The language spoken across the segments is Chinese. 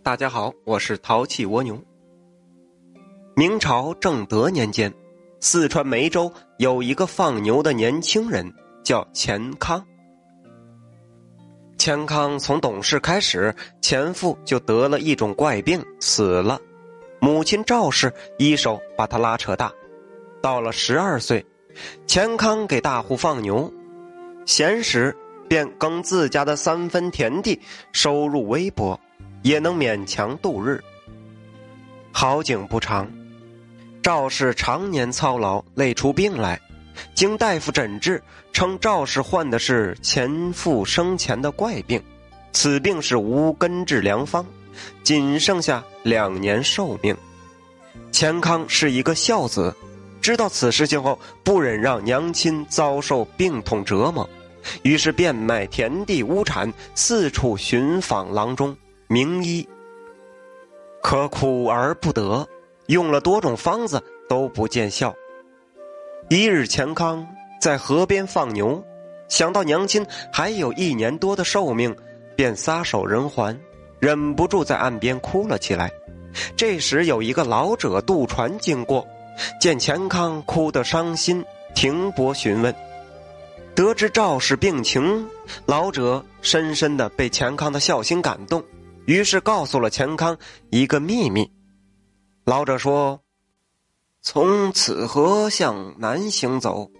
大家好，我是淘气蜗牛。明朝正德年间，四川梅州有一个放牛的年轻人，叫钱康。钱康从懂事开始，前父就得了一种怪病，死了。母亲赵氏一手把他拉扯大，到了12岁，钱康给大户放牛，闲时便耕自家的3分田地，收入微薄，也能勉强度日。好景不长，赵氏常年操劳，累出病来，经大夫诊治，称赵氏患的是前父生前的怪病，此病是无根治良方，仅剩下2年寿命。钱康是一个孝子，知道此事情后，不忍让娘亲遭受病痛折磨，于是变卖田地屋产，四处寻访郎中名医。可苦而不得，用了多种方子都不见效。一日，钱康在河边放牛，想到娘亲还有1年多的寿命，便撒手人寰，忍不住在岸边哭了起来。这时有一个老者渡船经过，见钱康哭得伤心，停泊询问。得知赵氏病情，老者深深地被钱康的孝心感动，于是告诉了钱康一个秘密。老者说，从此河向南行走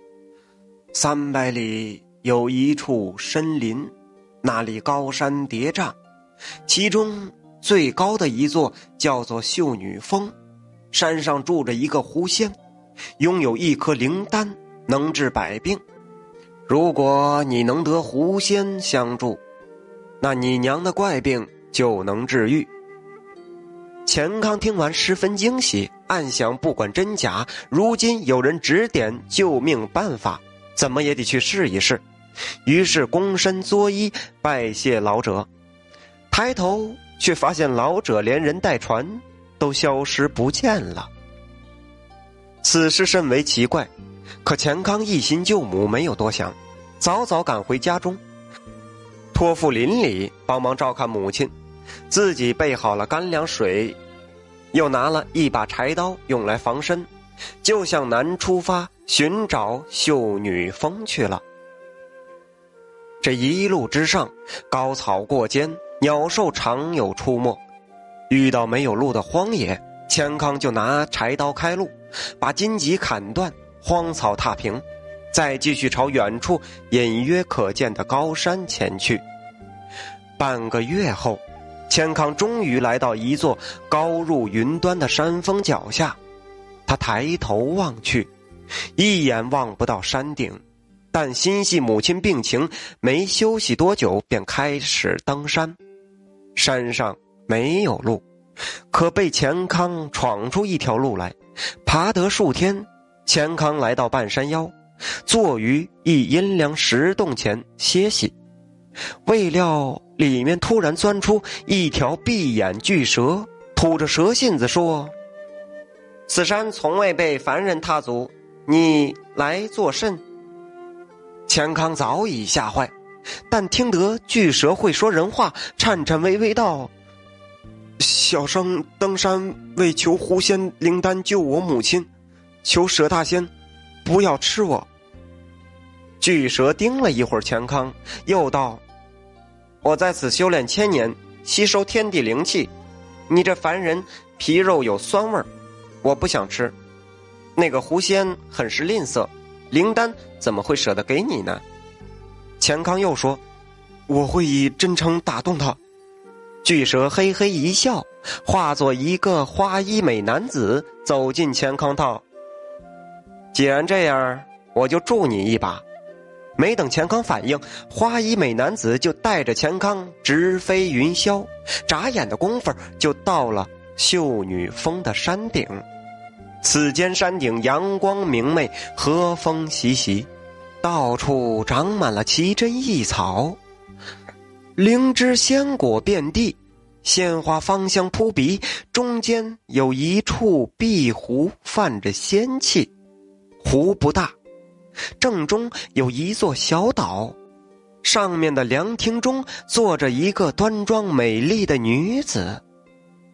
300里，有一处深林，那里高山叠嶂，其中最高的一座叫做秀女峰，山上住着一个狐仙，拥有1颗灵丹，能治百病。如果你能得狐仙相助，那你娘的怪病就能治愈。钱康听完十分惊喜，暗想不管真假，如今有人指点救命办法，怎么也得去试一试。于是躬身作揖，拜谢老者。抬头却发现老者连人带船都消失不见了。此事甚为奇怪，可钱康一心救母，没有多想，早早赶回家中，托付邻里帮忙照看母亲，自己备好了干粮水，又拿了一把柴刀用来防身，就向南出发寻找秀女峰去了。这一路之上，高草过肩，鸟兽常有出没，遇到没有路的荒野，钱康就拿柴刀开路，把荆棘砍断，荒草踏平，再继续朝远处隐约可见的高山前去。半个月后，钱康终于来到一座高入云端的山峰脚下，他抬头望去，一眼望不到山顶，但心系母亲病情，没休息多久便开始登山。山上没有路，可被钱康闯出一条路来。爬得数天，钱康来到半山腰，坐于一阴凉石洞前歇息，未料里面突然钻出一条闭眼巨蛇，吐着蛇信子说，此山从未被凡人踏足，你来作甚？钱康早已吓坏，但听得巨蛇会说人话，颤颤巍巍道，小生登山为求狐仙灵丹救我母亲，求蛇大仙不要吃我。巨蛇盯了一会儿钱康，又道，我在此修炼1000年，吸收天地灵气，你这凡人皮肉有酸味，我不想吃。那个狐仙很是吝啬，灵丹怎么会舍得给你呢？钱康又说，我会以真诚打动他。巨蛇嘿嘿一笑，化作一个花衣美男子走进钱康道，既然这样，我就助你一把。没等钱康反应，花衣美男子就带着钱康直飞云霄，眨眼的功夫就到了秀女峰的山顶。此间山顶阳光明媚，和风习习，到处长满了奇珍异草，灵芝鲜果遍地，鲜花芳香扑鼻，中间有一处碧湖泛着仙气，湖不大，正中有一座小岛，上面的凉亭中坐着一个端庄美丽的女子，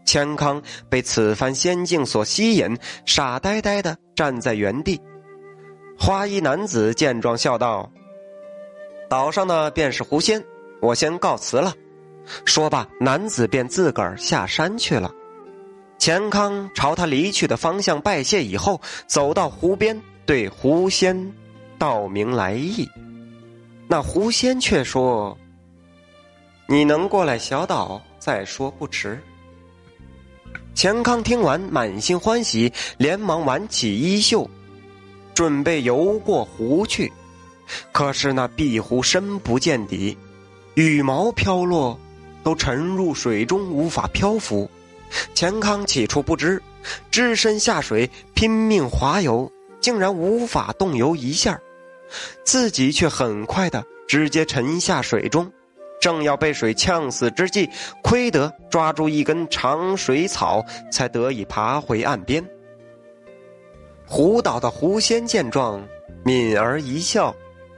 钱康被此番仙境所吸引，傻呆呆地站在原地。花衣男子见状笑道：岛上的便是狐仙，我先告辞了。说罢，男子便自个儿下山去了。钱康朝他离去的方向拜谢以后，走到湖边，对狐仙道明来意。那狐仙却说：你能过来小岛再说不迟。钱康听完满心欢喜，连忙挽起衣袖，准备游过湖去。可是那碧湖深不见底，羽毛飘落，都沉入水中，无法漂浮。钱康起初不知，只身下水拼命划游，竟然无法动游一下，自己却很快的直接沉下水中。正要被水呛死之际，亏得抓住一根长水草，才得以爬回岸边。湖岛的狐仙见状，泯而一笑：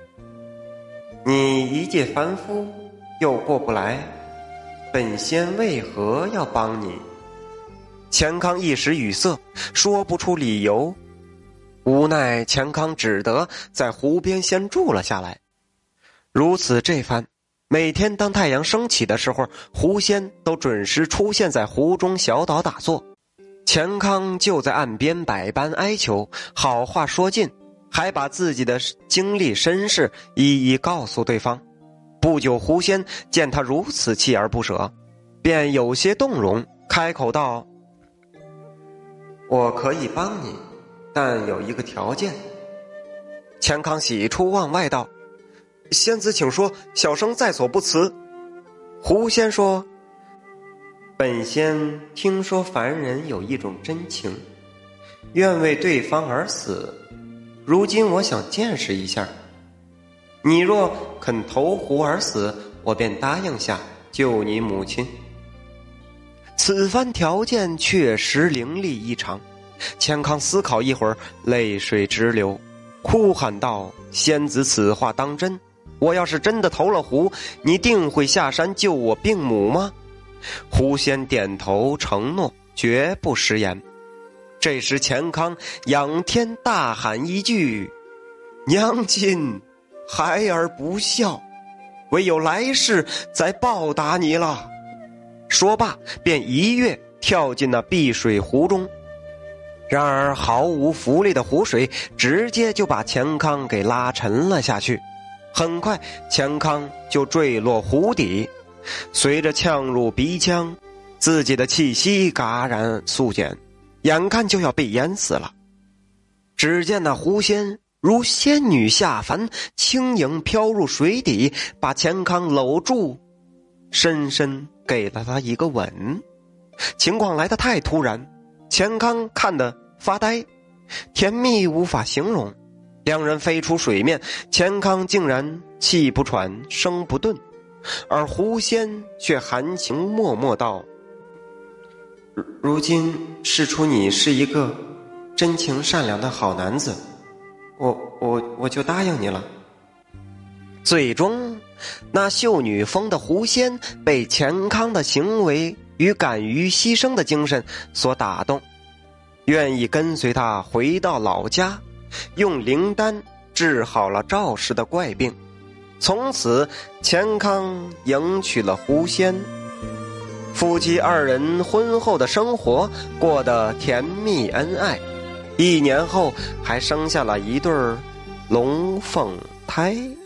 你一介凡夫，又过不来，本仙为何要帮你？钱康一时语塞，说不出理由。无奈钱康只得在湖边先住了下来。如此这番，每天当太阳升起的时候，狐仙都准时出现在湖中小岛打坐。钱康就在岸边百般哀求，好话说尽，还把自己的经历身世一一告诉对方。不久，狐仙见他如此锲而不舍，便有些动容，开口道：我可以帮你，但有一个条件。钱康喜出望外道：仙子请说，小生在所不辞。狐仙说：本仙听说凡人有一种真情，愿为对方而死，如今我想见识一下，你若肯投湖而死，我便答应下救你母亲。此番条件确实凌厉异常。钱康思考一会儿，泪水直流，哭喊道：仙子此话当真？我要是真的投了湖，你定会下山救我病母吗？狐仙点头承诺，绝不食言。这时钱康仰天大喊一句：娘亲，孩儿不孝，唯有来世再报答你了。说罢便一跃跳进那碧水湖中。然而毫无浮力的湖水直接就把钱康给拉沉了下去。很快钱康就坠落湖底，随着呛入鼻腔，自己的气息戛然速减，眼看就要被淹死了。只见那狐仙如仙女下凡，轻盈飘入水底，把钱康搂住，深深给了他一个吻。情况来得太突然，钱康看得发呆，甜蜜无法形容。两人飞出水面，钱康竟然气不喘，声不顿，而狐仙却含情脉脉道：如今试出你是一个真情善良的好男子，我就答应你了。最终那秀女峰的狐仙被钱康的行为与敢于牺牲的精神所打动，愿意跟随他回到老家，用灵丹治好了赵氏的怪病。从此钱康迎娶了狐仙，夫妻二人婚后的生活过得甜蜜恩爱，1年后还生下了一对龙凤胎。